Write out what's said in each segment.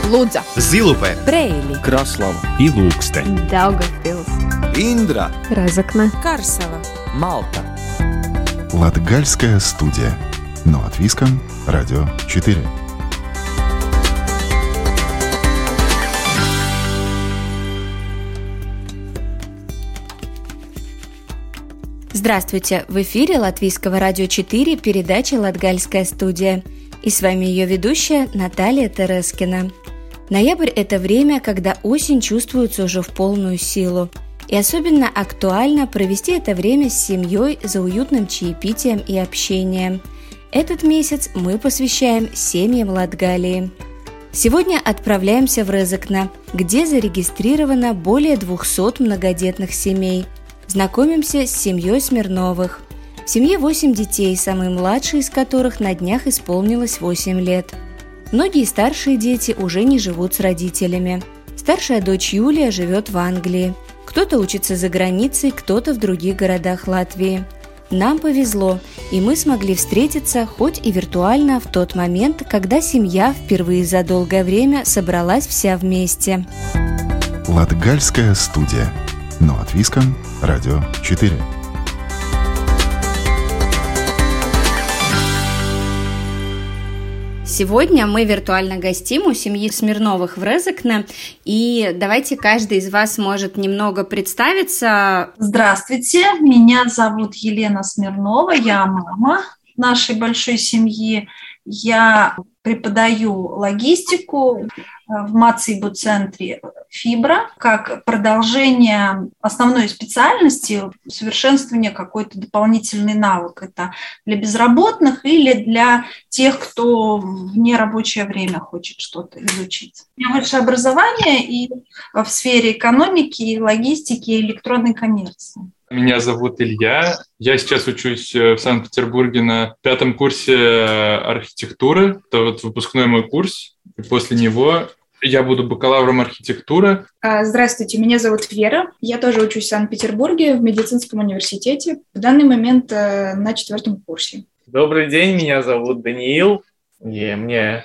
Лудза, Зилупе, Бреили, Краслава и Лукстен, Даугавпилс, Индра, Разокна, Карсела, Малта. Латгальская студия. Но от Виском, Радио 4. Здравствуйте! В эфире Латвийского радио 4 передача «Латгальская студия». И с вами ее ведущая Наталья Терескина. Ноябрь – это время, когда осень чувствуется уже в полную силу. И особенно актуально провести это время с семьей за уютным чаепитием и общением. Этот месяц мы посвящаем семьям Латгалии. Сегодня отправляемся в Резекне, где зарегистрировано более 200 многодетных семей. Знакомимся с семьей Смирновых. В семье 8 детей, самый младший из которых на днях исполнилось 8 лет. Многие старшие дети уже не живут с родителями. Старшая дочь Юлия живет в Англии. Кто-то учится за границей, кто-то в других городах Латвии. Нам повезло, и мы смогли встретиться, хоть и виртуально, в тот момент, когда семья впервые за долгое время собралась вся вместе. Латгальская студия. Но от Виском, Радио 4. Сегодня мы виртуально гостим у семьи Смирновых в Резекне, и давайте каждый из вас может немного представиться. Здравствуйте, меня зовут Елена Смирнова, я мама нашей большой семьи. Я преподаю логистику в МАЦИБУ-центре Фибра как продолжение основной специальности, совершенствование какой-то дополнительный навык. Это для безработных или для тех, кто в нерабочее время хочет что-то изучить. У меня высшее образование и в сфере экономики, логистики и электронной коммерции. Меня зовут Илья. Я сейчас учусь в Санкт-Петербурге на 5-м курсе архитектуры. Это вот выпускной мой курс. И после него я буду бакалавром архитектуры. Здравствуйте, меня зовут Вера. Я тоже учусь в Санкт-Петербурге в медицинском университете. В данный момент на 4-м курсе. Добрый день, меня зовут Даниил. И мне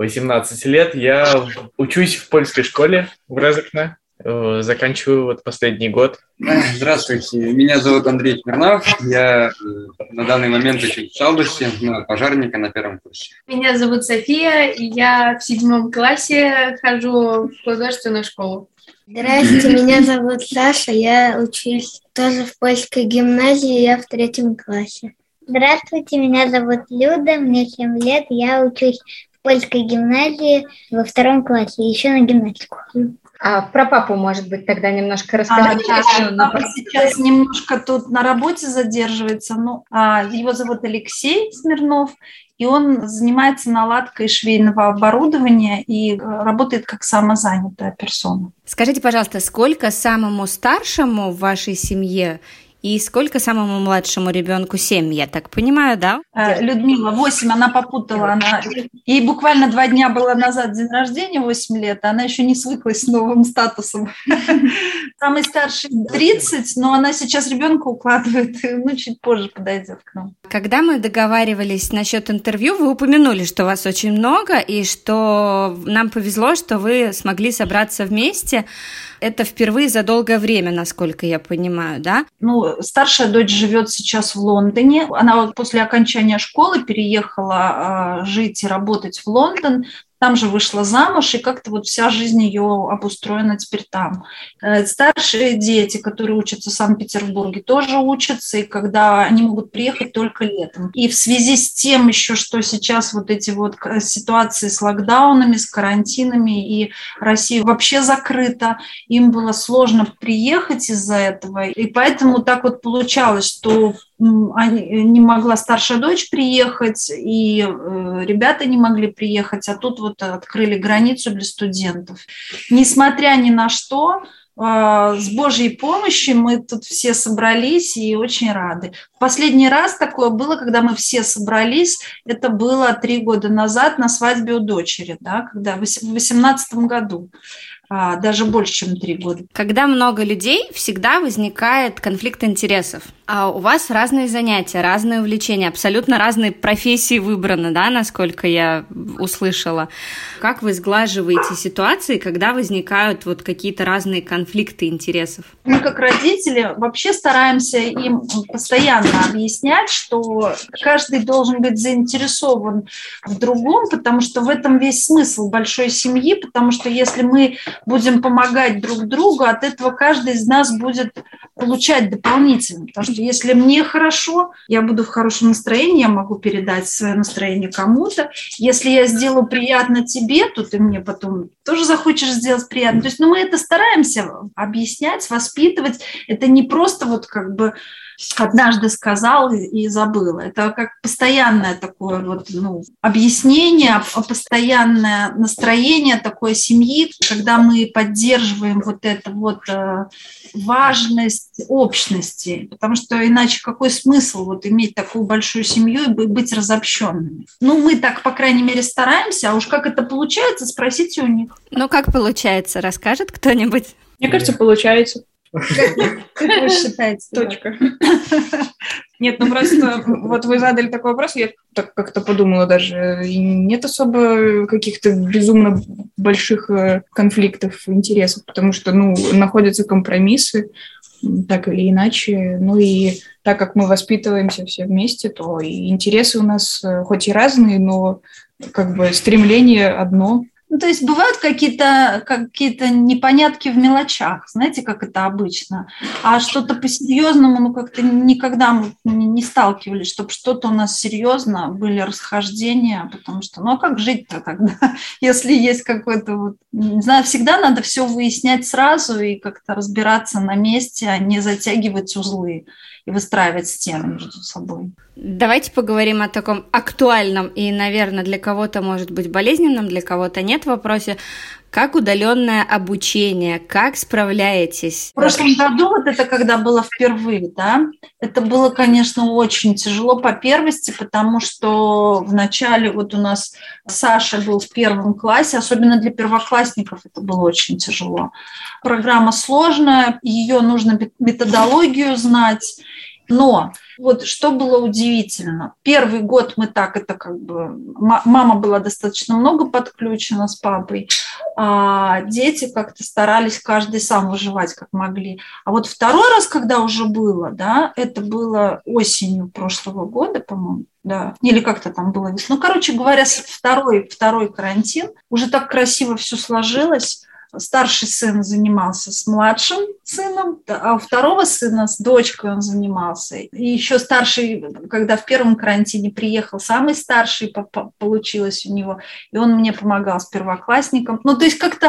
18 лет. Я учусь в польской школе в Резекне. Заканчиваю вот последний год. Здравствуйте, меня зовут Андрей Смирнов. Я на данный момент учусь в Шалдусе, пожарника на 1-м курсе. Меня зовут София, и я в 7 классе хожу в художественную школу. Здравствуйте, меня зовут Саша, я учусь тоже в польской гимназии, я в 3-м классе. Здравствуйте, меня зовут Люда, мне 7 лет, я учусь в польской гимназии во 2-м классе, еще на гимнастику. А про папу, может быть, тогда немножко расскажите. Папа сейчас немножко тут на работе задерживается. Его зовут Алексей Смирнов, и он занимается наладкой швейного оборудования и работает как самозанятая персона. Скажите, пожалуйста, сколько самому старшему в вашей семье и сколько самому младшему ребенку? 7, я так понимаю, да? Людмила, 8, она попутала. Ей буквально 2 дня было назад день рождения, 8 лет, а она еще не свыклась с новым статусом. Самый старший 30, но она сейчас ребенка укладывает, чуть позже подойдет к нам. Когда мы договаривались насчет интервью, вы упомянули, что вас очень много, и что нам повезло, что вы смогли собраться вместе. Это впервые за долгое время, насколько я понимаю, да? Старшая дочь живет сейчас в Лондоне. Она после окончания школы переехала жить и работать в Лондон. Там же вышла замуж, и как-то вся жизнь ее обустроена теперь там. Старшие дети, которые учатся в Санкт-Петербурге, тоже учатся, и когда они могут приехать только летом. И в связи с тем еще, что сейчас эти ситуации с локдаунами, с карантинами, и Россия вообще закрыта, им было сложно приехать из-за этого. И поэтому так получалось, что не могла старшая дочь приехать, и ребята не могли приехать, а тут открыли границу для студентов. Несмотря ни на что, с Божьей помощью мы тут все собрались и очень рады. Последний раз такое было, когда мы все собрались, это было 3 года назад на свадьбе у дочери, когда в 2018 году. даже больше, чем 3 года. Когда много людей, всегда возникает конфликт интересов. А у вас разные занятия, разные увлечения, абсолютно разные профессии выбраны, да, насколько я услышала. Как вы сглаживаете ситуации, когда возникают вот какие-то разные конфликты интересов? Мы, как родители, вообще стараемся им постоянно объяснять, что каждый должен быть заинтересован в другом, потому что в этом весь смысл большой семьи, потому что если мы будем помогать друг другу, от этого каждый из нас будет получать дополнительно. Потому что если мне хорошо, я буду в хорошем настроении, я могу передать свое настроение кому-то. Если я сделаю приятно тебе, то ты мне потом тоже захочешь сделать приятно. То есть мы это стараемся объяснять, воспитывать. Это не просто вот как бы однажды сказал и забыл. Это как постоянное такое вот, объяснение, постоянное настроение такой семьи, когда мы поддерживаем вот эту вот важность общности, потому что иначе какой смысл вот иметь такую большую семью и быть разобщенными? Мы так, по крайней мере, стараемся, а уж как это получается, спросите у них. Как получается, расскажет кто-нибудь? Мне кажется, получается. Как вы считаете? Точка. Нет, просто вот вы задали такой вопрос, я так как-то подумала даже, и нет особо каких-то безумно больших конфликтов, интересов, потому что, находятся компромиссы, так или иначе, и так как мы воспитываемся все вместе, то и интересы у нас хоть и разные, но как бы стремление одно. То есть бывают какие-то непонятки в мелочах, знаете, как это обычно, а что-то по-серьезному, как-то никогда мы не сталкивались, чтобы что-то у нас серьезно, были расхождения, потому что, а как жить-то тогда, если есть какой-то, не знаю, всегда надо все выяснять сразу и как-то разбираться на месте, а не затягивать узлы и выстраивать стены между собой. Давайте поговорим о таком актуальном и, наверное, для кого-то может быть болезненном, для кого-то нет вопросе. Как удаленное обучение? Как справляетесь? В прошлом году, это когда было впервые, да, это было, конечно, очень тяжело по первости, потому что вначале у нас Саша был в 1 классе, особенно для первоклассников это было очень тяжело. Программа сложная, ее нужно методологию знать. Но что было удивительно, 1 год мы мама была достаточно много подключена с папой, а дети как-то старались каждый сам выживать, как могли. А вот 2-й раз, когда уже было, да, это было осенью прошлого года, по-моему, да, или как-то там было весной. Короче говоря, второй карантин, уже так красиво все сложилось. Старший сын занимался с младшим сыном, а у 2-го сына с дочкой он занимался. И еще старший, когда в 1 карантине приехал, самый старший получилось у него, и он мне помогал с первоклассником. То есть как-то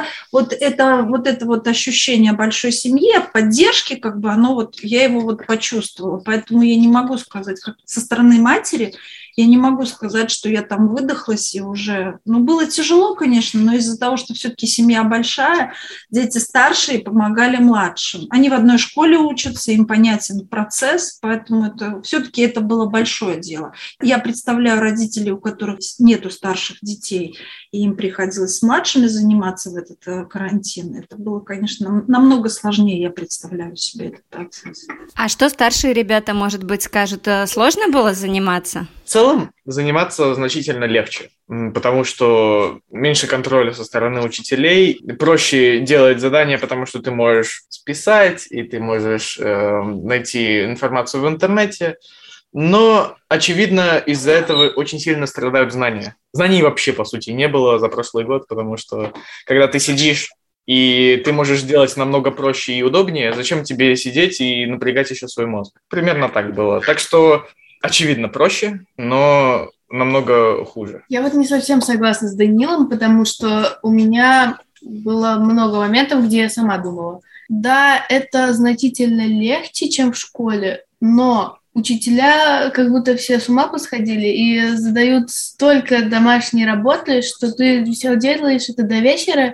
это ощущение большой семьи, поддержки, я его почувствовала. Поэтому я не могу сказать, как со стороны матери, я не могу сказать, что я там выдохлась и уже... было тяжело, конечно, но из-за того, что все-таки семья большая, дети старшие помогали младшим. Они в одной школе учатся, им понятен процесс, поэтому все-таки это было большое дело. Я представляю родителей, у которых нету старших детей, и им приходилось с младшими заниматься в этот карантин. Это было, конечно, намного сложнее, я представляю себе этот процесс. А что старшие ребята, может быть, скажут, сложно было заниматься? В целом заниматься значительно легче, потому что меньше контроля со стороны учителей, проще делать задания, потому что ты можешь списать, и ты можешь найти информацию в интернете, но, очевидно, из-за этого очень сильно страдают знания. Знаний вообще, по сути, не было за прошлый год, потому что когда ты сидишь и ты можешь делать намного проще и удобнее, зачем тебе сидеть и напрягать еще свой мозг? Примерно так было. Так что очевидно проще, но намного хуже. Я не совсем согласна с Данилом, потому что у меня было много моментов, где я сама думала. Да, это значительно легче, чем в школе, но учителя как будто все с ума посходили и задают столько домашней работы, что ты все делаешь это до вечера,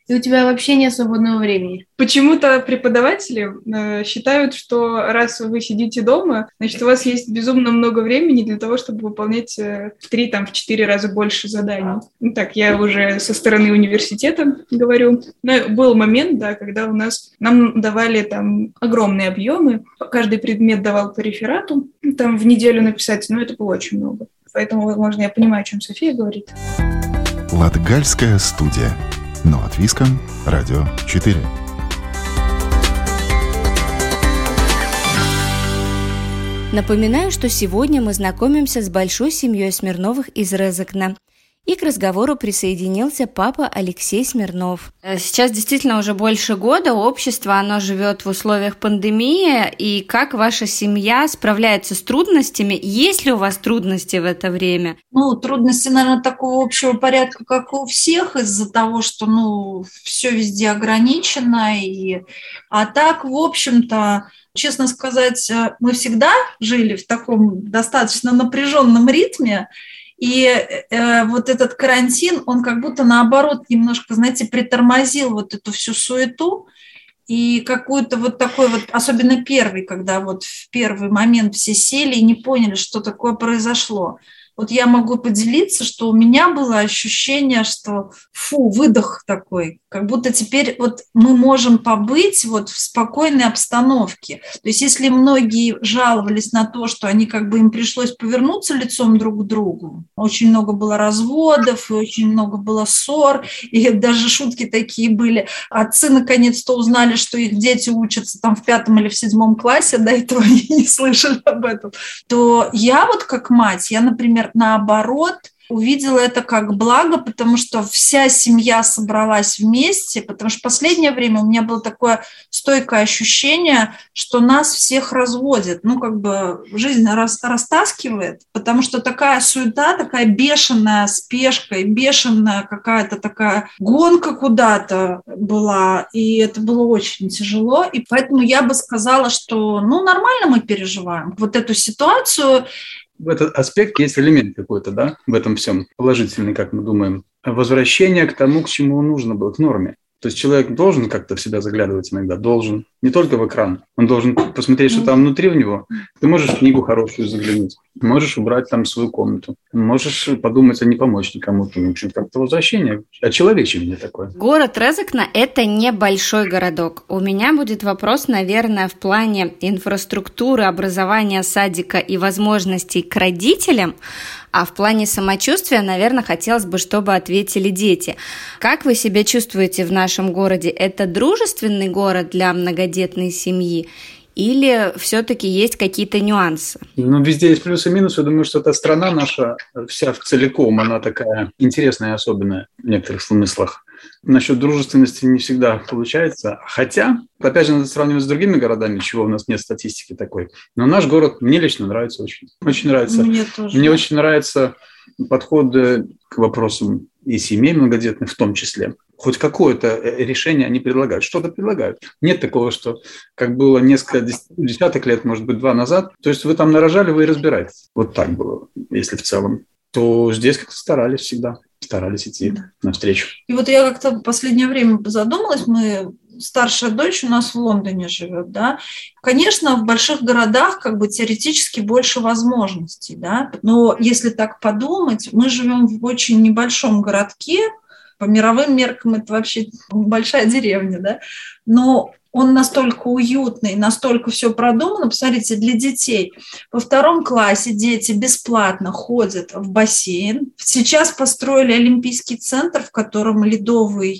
и у тебя вообще нет свободного времени. Почему-то преподаватели считают, что раз вы сидите дома, значит, у вас есть безумно много времени для того, чтобы выполнять в 3-4 раза больше заданий. Ну так, я уже со стороны университета говорю. Но был момент, да, когда нам давали там огромные объемы, каждый предмет давал по реферату, там в неделю написать, но это было очень много. Поэтому, возможно, я понимаю, о чем София говорит. Латгальская студия. Но от Виском. Радио 4. Напоминаю, что сегодня мы знакомимся с большой семьей Смирновых из Резекна. И к разговору присоединился папа Алексей Смирнов. Сейчас действительно уже больше года общество, оно живет в условиях пандемии. И как ваша семья справляется с трудностями? Есть ли у вас трудности в это время? Трудности, наверное, такого общего порядка, как и у всех, из-за того, что, все везде ограничено. А так, в общем-то, честно сказать, мы всегда жили в таком достаточно напряженном ритме. И вот этот карантин, он как будто наоборот немножко, притормозил вот эту всю суету и какую-то вот такой вот, особенно первый, когда вот в первый момент все сели и не поняли, что такое произошло. Вот я могу поделиться, что у меня было ощущение, что выдох такой, как будто теперь вот мы можем побыть вот в спокойной обстановке. То есть если многие жаловались на то, что им пришлось повернуться лицом друг к другу, очень много было разводов, и очень много было ссор, и даже шутки такие были. Отцы наконец-то узнали, что их дети учатся там в 5 или в 7 классе, до этого они не слышали об этом. То я вот как мать, например, наоборот, увидела это как благо, потому что вся семья собралась вместе, потому что в последнее время у меня было такое стойкое ощущение, что нас всех разводят, жизнь растаскивает, потому что такая суета, такая бешеная спешка и бешеная какая-то такая гонка куда-то была, и это было очень тяжело, и поэтому я бы сказала, что, нормально мы переживаем вот эту ситуацию. В этот аспект есть элемент какой-то, да, в этом всем положительный, как мы думаем. Возвращение к тому, к чему нужно было, к норме. То есть человек должен как-то в себя заглядывать иногда, должен. Не только в экран. Он должен посмотреть, что там внутри у него. Ты можешь в книгу хорошую заглянуть, можешь убрать там свою комнату, можешь подумать, а не помочь никому-то. В общем, как-то возвращение. Очеловечивание такое. Город Резекна – это небольшой городок. У меня будет вопрос, наверное, в плане инфраструктуры, образования, садика и возможностей к родителям. А в плане самочувствия, наверное, хотелось бы, чтобы ответили дети. Как вы себя чувствуете в нашем городе? Это дружественный город для многодетной семьи? Или все-таки есть какие-то нюансы? Везде есть плюсы и минусы. Я думаю, что эта страна наша вся целиком, она такая интересная и особенная в некоторых смыслах. Насчет дружественности не всегда получается. Хотя, опять же, надо сравнивать с другими городами, чего у нас нет статистики такой. Но наш город мне лично нравится очень. Очень нравится. Мне тоже. Мне очень нравится подход к вопросам и семей многодетных в том числе. Хоть какое-то решение они предлагают, что-то предлагают. Нет такого, что как было несколько десяток лет, может быть, 2 назад. То есть вы там нарожали, вы и разбираетесь. Вот так было, если в целом. То здесь как-то старались идти навстречу. И вот я как-то в последнее время задумалась, старшая дочь у нас в Лондоне живет, да. Конечно, в больших городах теоретически больше возможностей, да, но если так подумать, мы живем в очень небольшом городке, по мировым меркам это вообще большая деревня, да, но он настолько уютный, настолько все продумано. Посмотрите, для детей. Во 2 классе дети бесплатно ходят в бассейн. Сейчас построили Олимпийский центр, в котором ледовая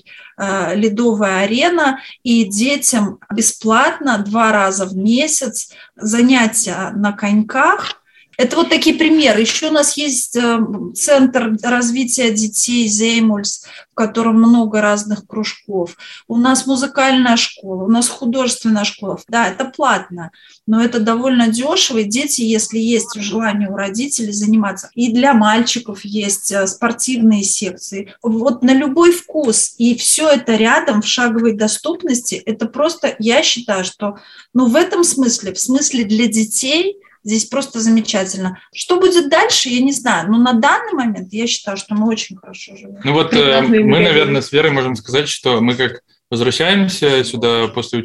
арена, и детям бесплатно 2 раза в месяц занятия на коньках. Это вот такие примеры. Еще у нас есть центр развития детей Зеймульс, в котором много разных кружков. У нас музыкальная школа, у нас художественная школа. Да, это платно, но это довольно дешево. И дети, если есть желание у родителей заниматься. И для мальчиков есть спортивные секции. Вот на любой вкус. И все это рядом, в шаговой доступности. Это просто, я считаю, что в этом смысле, в смысле для детей, Здесь просто замечательно. Что будет дальше, я не знаю. Но на данный момент я считаю, что мы очень хорошо живем. Ну вот мы, наверное, с Верой можем сказать, что мы как возвращаемся сюда после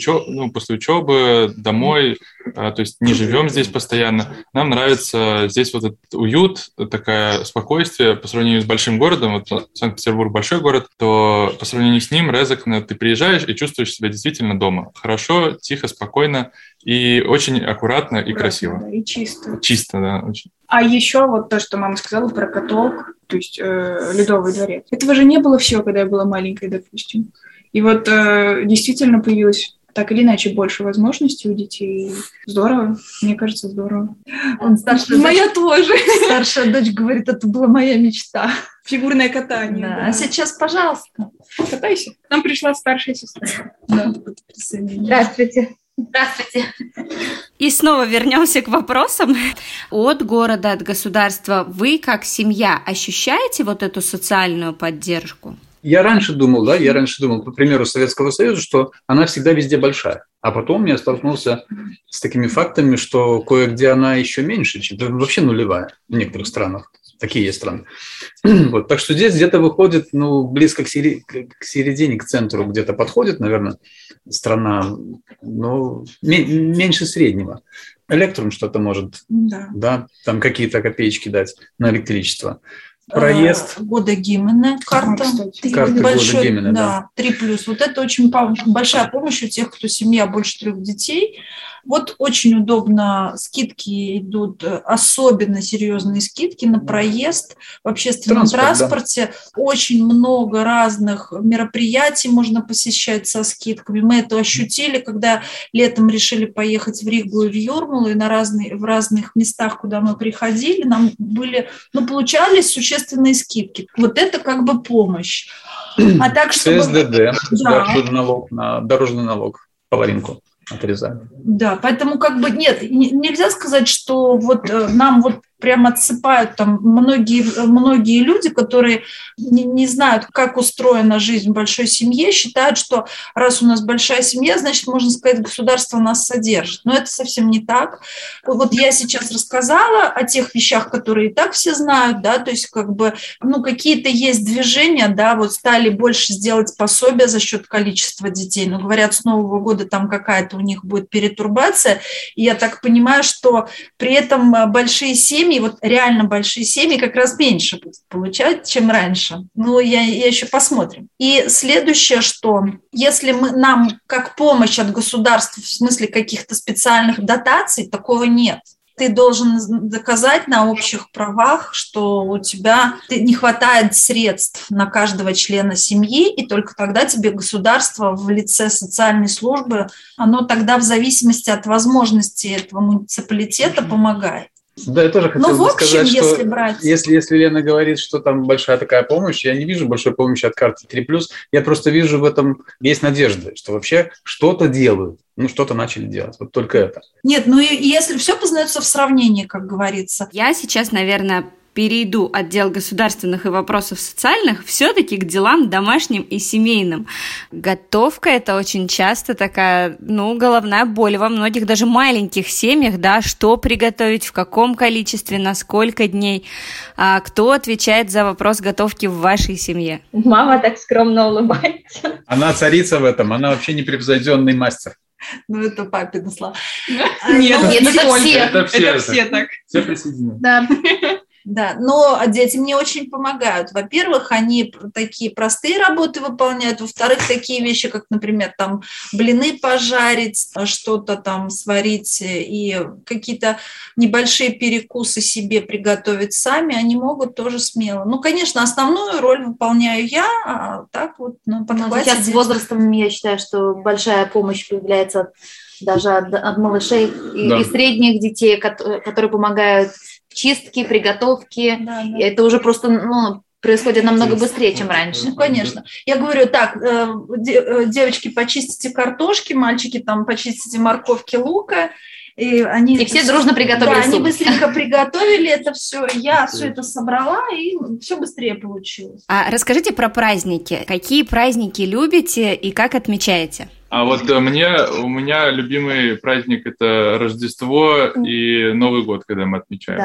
учебы домой, то есть не живем здесь постоянно. Нам нравится здесь вот этот уют, такое спокойствие по сравнению с большим городом. Вот Санкт-Петербург большой город, то по сравнению с ним, Резекне, ты приезжаешь и чувствуешь себя действительно дома. Хорошо, тихо, спокойно и очень аккуратно и красиво. Да, и чисто. Чисто, да, очень. А еще вот то, что мама сказала про каток, то есть Ледовый дворец. Этого же не было всего, когда я была маленькой, допустим. И вот действительно появилось так или иначе больше возможностей у детей. Здорово, мне кажется, здорово. Моя тоже. Старшая дочь говорит, это была моя мечта. Фигурное катание. Да. А сейчас, пожалуйста, катайся. К нам пришла старшая сестра. Да. Здравствуйте. Здравствуйте. И снова вернемся к вопросам. От города, от государства вы, как семья, ощущаете вот эту социальную поддержку? Я раньше думал, по примеру Советского Союза, что она всегда везде большая. А потом я столкнулся с такими фактами, что кое-где она еще меньше, чем вообще нулевая в некоторых странах. Такие есть страны. Вот, так что здесь где-то выходит, близко к середине, к центру где-то подходит, наверное, страна, но меньше среднего. Электрум что-то может, да, там какие-то копеечки дать на электричество. Проезд. Года Гимена, карта. Карта года Гимена, да. 3+. Вот это очень большая помощь у тех, кто семья больше 3 детей. Вот очень удобно, скидки идут, особенно серьезные скидки на проезд в общественном транспорте. Да. Очень много разных мероприятий можно посещать со скидками. Мы это ощутили, когда летом решили поехать в Ригу и в Юрмалу, и в разных местах, куда мы приходили, нам получались существенные скидки. Вот это как бы помощь. А так, чтобы... ССДД, государственный налог, дорожный налог, половинку отрезали. Да, поэтому нет, нельзя сказать, что вот нам вот прям отсыпают там многие люди, которые не знают, как устроена жизнь в большой семье, считают, что раз у нас большая семья, значит, можно сказать, государство нас содержит. Но это совсем не так. Вот я сейчас рассказала о тех вещах, которые и так все знают, да, то есть какие-то есть движения, да, вот стали больше сделать пособия за счет количества детей, но говорят, с Нового года там какая-то у них будет перетурбация, и я так понимаю, что при этом большие семьи, вот реально большие семьи как раз меньше будут получать, чем раньше. Я еще посмотрим. И следующее, что если нам как помощь от государства в смысле каких-то специальных дотаций, такого нет. Ты должен доказать на общих правах, что у тебя не хватает средств на каждого члена семьи, и только тогда тебе государство в лице социальной службы, оно тогда в зависимости от возможностей этого муниципалитета помогает. Да, я тоже хотел бы сказать, что если Лена говорит, что там большая такая помощь, я не вижу большой помощи от карты 3+, я просто вижу в этом есть надежда, что вообще что-то делают, что-то начали делать, вот только это. Нет, если все познается в сравнении, как говорится. Я сейчас, наверное, перейду от дел государственных и вопросов социальных все-таки к делам домашним и семейным. Готовка – это очень часто такая, головная боль во многих даже маленьких семьях, да, что приготовить, в каком количестве, на сколько дней. А кто отвечает за вопрос готовки в вашей семье? Мама так скромно улыбается. Она царица в этом, она вообще непревзойденный мастер. Это папины слова. Нет, это все так. Все присоединены. Да. Да, но дети мне очень помогают. Во-первых, они такие простые работы выполняют. Во-вторых, такие вещи, как, например, там блины пожарить, что-то там сварить и какие-то небольшие перекусы себе приготовить сами, они могут тоже смело. Конечно, основную роль выполняю я, а так вот на подхвате. Сейчас с возрастом я считаю, что большая помощь появляется даже от малышей и средних детей, которые помогают в чистке, приготовке. Да. Это уже просто происходит намного быстрее, чем раньше. Конечно. Я говорю так, девочки, почистите картошки, мальчики там почистите морковки, лука. И все дружно приготовили суп. Они быстренько приготовили это все, я все это собрала, и все быстрее получилось. А расскажите про праздники. Какие праздники любите и как отмечаете? А вот у меня любимый праздник – это Рождество и Новый год, когда мы отмечаем.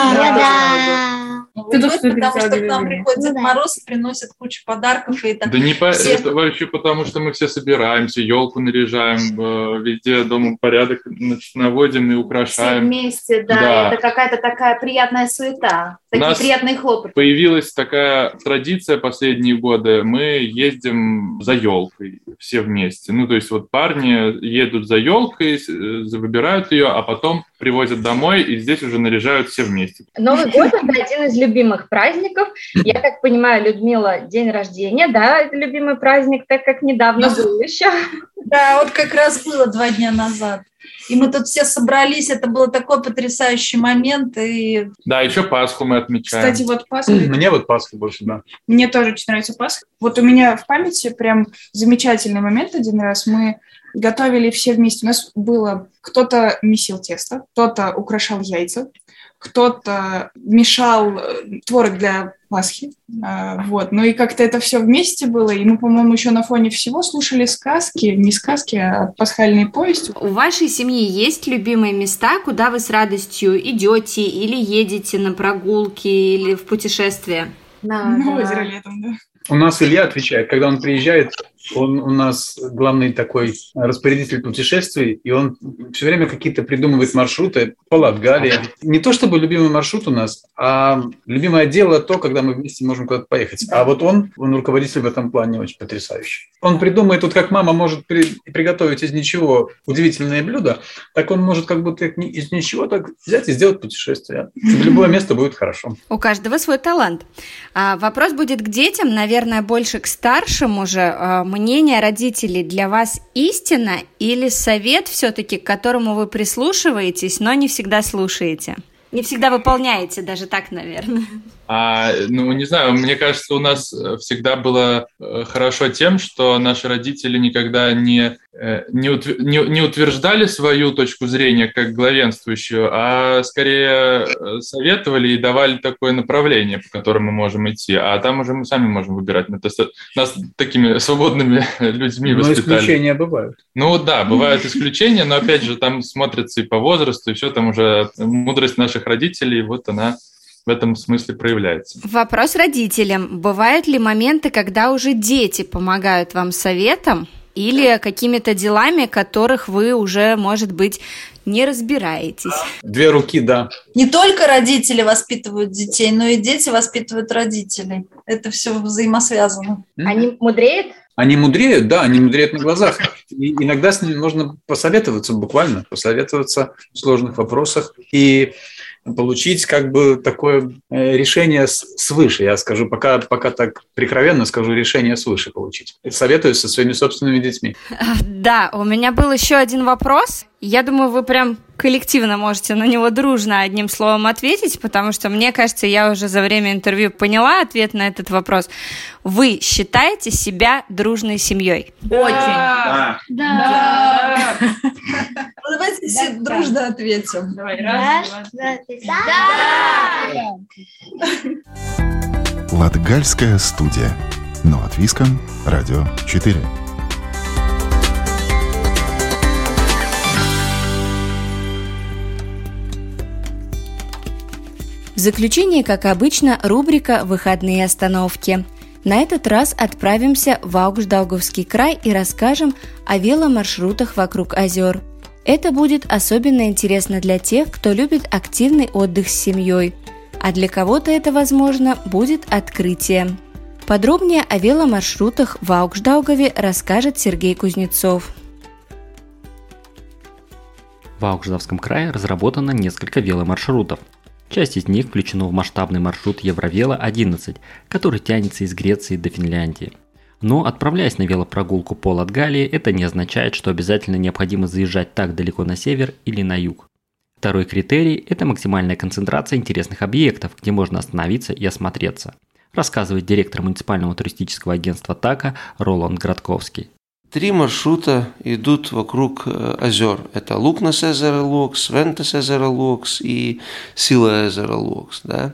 Да. Потому что к нам приходит Дед Мороз и приносит кучу подарков. И так да не это вообще потому, что мы все собираемся, елку наряжаем, везде дома порядок наводим и украшаем. Все вместе, да. Это какая-то такая приятная суета, такие приятные хлопоты. Появилась такая традиция последние годы, мы ездим за елкой все вместе. Ну, то есть вот парни едут за елкой, выбирают ее, а потом привозят домой, и здесь уже наряжают все вместе. Новый год – это один из любимых праздников. Я так понимаю, Людмила, день рождения, да, это любимый праздник, так как недавно был еще. Да, вот как раз было 2 дня назад. И мы тут все собрались, это был такой потрясающий момент. И... Да, еще Пасху мы отмечаем. Кстати, вот Пасху... Мне вот Пасха больше, да. Мне тоже очень нравится Пасха. Вот у меня в памяти прям замечательный момент один раз. Мы готовили все вместе. У нас было... Кто-то месил тесто, кто-то украшал яйца, кто-то мешал творог для Пасхи. Вот. Ну и как-то это все вместе было. И мы, по-моему, еще на фоне всего слушали сказки. Не сказки, а пасхальные повести. У вашей семьи есть любимые места, куда вы с радостью идете или едете на прогулки или в путешествие? На озеро летом, да. У нас Илья отвечает, когда он приезжает, он у нас главный такой распорядитель путешествий, и он все время какие-то придумывает маршруты по Латгалии. Не то чтобы любимый маршрут у нас, а любимое дело то, когда мы вместе можем куда-то поехать. А вот он руководитель в этом плане очень потрясающий. Он придумает, вот как мама может приготовить из ничего удивительное блюдо, так он может как будто из ничего так взять и сделать путешествие. В любое место будет хорошо. У каждого свой талант. Вопрос будет к детям, наверное, больше к старшим уже. Мнение родителей для вас истина или совет все-таки, к которому вы прислушиваетесь, но не всегда слушаете? Не всегда выполняете, даже так, наверное. Не знаю, мне кажется, у нас всегда было хорошо тем, что наши родители никогда не утверждали свою точку зрения как главенствующую, а скорее советовали и давали такое направление, по которому мы можем идти, а там уже мы сами можем выбирать. Нас такими свободными людьми воспитали. Но исключения бывают. Ну да, бывают исключения, но опять же там смотрится и по возрасту, и все, там уже мудрость наших родителей, вот она в этом смысле проявляется. Вопрос родителям. Бывают ли моменты, когда уже дети помогают вам советом или какими-то делами, которых вы уже, может быть, не разбираетесь? 2 руки, да. Не только родители воспитывают детей, но и дети воспитывают родителей. Это все взаимосвязано. Они мудреют? Они мудреют, да, они мудреют на глазах. И иногда с ними можно посоветоваться, буквально посоветоваться в сложных вопросах и получить как бы такое решение свыше. Я скажу, пока так прикровенно скажу, решение свыше получить. Советуюсь со своими собственными детьми. Да, у меня был еще один вопрос. Я думаю, вы прям коллективно можете на него дружно одним словом ответить, потому что, мне кажется, я уже за время интервью поняла ответ на этот вопрос. Вы считаете себя дружной семьей? Очень. Да. Давайте все дружно ответим. Давай, раз, два, три. Да. Латгальская студия. Но от Виском, Радио 4. В заключение, как обычно, рубрика «Выходные остановки». На этот раз отправимся в Аугждаугавский край и расскажем о веломаршрутах вокруг озер. Это будет особенно интересно для тех, кто любит активный отдых с семьей, а для кого-то это, возможно, будет открытие. Подробнее о веломаршрутах в Аугждаугаве расскажет Сергей Кузнецов. В Аугждавском крае разработано несколько веломаршрутов. Часть из них включена в масштабный маршрут Евровела-11, который тянется из Греции до Финляндии. Но, отправляясь на велопрогулку по Латгалии, это не означает, что обязательно необходимо заезжать так далеко на север или на юг. Второй критерий – это максимальная концентрация интересных объектов, где можно остановиться и осмотреться, рассказывает директор муниципального туристического агентства ТАКа Роланд Градковский. 3 маршрута идут вокруг озер. Это Лукнес озеро Локс, Вентес озеро Локс и Сила озеро Локс. Да?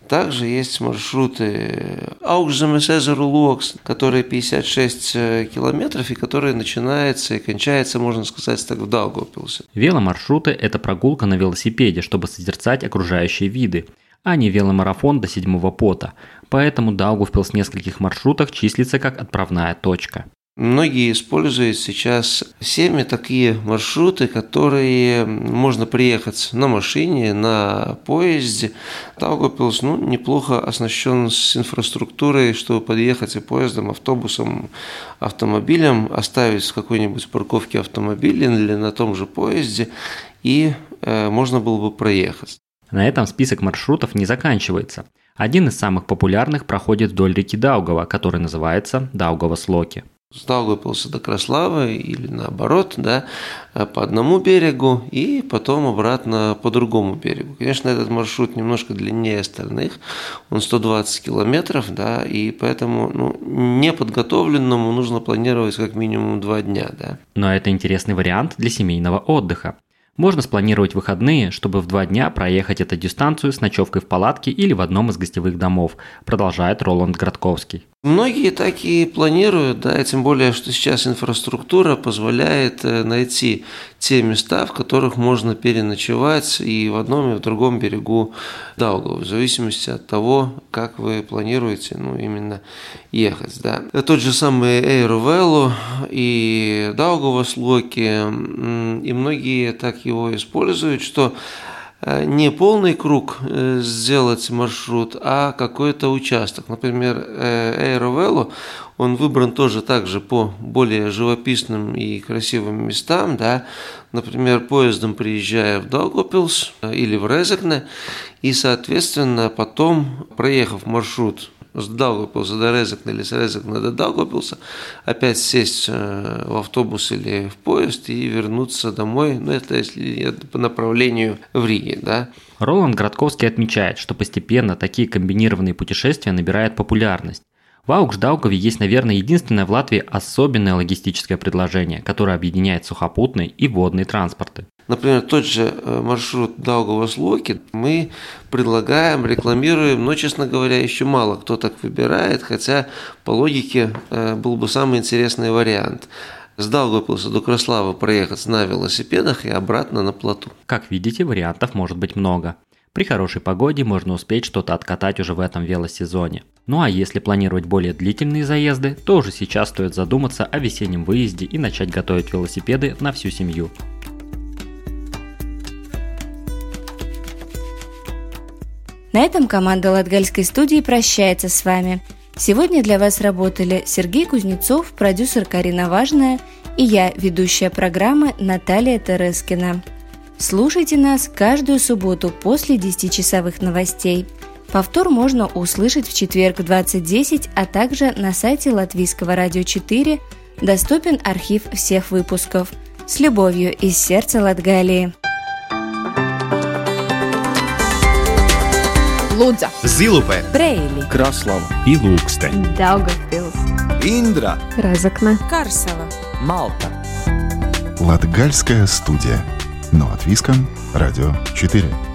Также есть маршруты Augstzemes ezeru loks, которые 56 километров и которые начинаются и кончаются, можно сказать, так в Даугавпилсе. Веломаршруты – это прогулка на велосипеде, чтобы созерцать окружающие виды, а не веломарафон до седьмого пота. Поэтому Даугавпилс в нескольких маршрутах числится как отправная точка. Многие используют сейчас всеми такие маршруты, которые можно приехать на машине, на поезде. Даугавпилс неплохо оснащен с инфраструктурой, чтобы подъехать и поездом, автобусом, автомобилем, оставить в какой-нибудь парковке автомобиль или на том же поезде, и можно было бы проехать. На этом список маршрутов не заканчивается. Один из самых популярных проходит вдоль реки Даугава, который называется Даугавас-Локи. С Даугавпилса до Краславы или наоборот, да, по одному берегу и потом обратно по другому берегу. Конечно, этот маршрут немножко длиннее остальных, он 120 километров, да, и поэтому неподготовленному нужно планировать как минимум 2 дня. Да. Но это интересный вариант для семейного отдыха. Можно спланировать выходные, чтобы в 2 дня проехать эту дистанцию с ночевкой в палатке или в одном из гостевых домов, продолжает Роланд Градковский. Многие так и планируют, да, и тем более, что сейчас инфраструктура позволяет найти те места, в которых можно переночевать и в одном, и в другом берегу Даугавы, в зависимости от того, как вы планируете, именно ехать, да. Тот же самый Эйровелло и Даугавас-Локи, и многие так его используют, что не полный круг сделать маршрут, а какой-то участок. Например, Эйровелло, он выбран тоже также по более живописным и красивым местам, да. Например, поездом приезжая в Даугавпилс или в Резекне, и, соответственно, потом, проехав маршрут с Даугавпилса до Резекне или с Резекне до Даугавпилса, опять сесть в автобус или в поезд и вернуться домой, это если по направлению в Риге, да. Роланд Градковский отмечает, что постепенно такие комбинированные путешествия набирают популярность. В Аугждаугаве есть, наверное, единственное в Латвии особенное логистическое предложение, которое объединяет сухопутный и водный транспорты. Например, тот же маршрут Даугавас-Локи мы предлагаем, рекламируем, но, честно говоря, еще мало кто так выбирает, хотя по логике был бы самый интересный вариант. С Даугавпилса до Краславы проехать на велосипедах и обратно на плоту. Как видите, вариантов может быть много. При хорошей погоде можно успеть что-то откатать уже в этом велосезоне. Ну а если планировать более длительные заезды, то уже сейчас стоит задуматься о весеннем выезде и начать готовить велосипеды на всю семью. На этом команда Латгальской студии прощается с вами. Сегодня для вас работали Сергей Кузнецов, продюсер Карина Важная и я, ведущая программы Наталья Терескина. Слушайте нас каждую субботу после 10-часовых новостей. Повтор можно услышать в четверг в 20:10, а также на сайте Латвийского радио 4 доступен архив всех выпусков. С любовью из сердца Латгалии. Лудза, Зилупе, Брейли, Краслава и Ilūkste, Daugavpils, Индра, Разокна, Карсела, Малта. Латгальская студия. Но от Виском, Радио 4.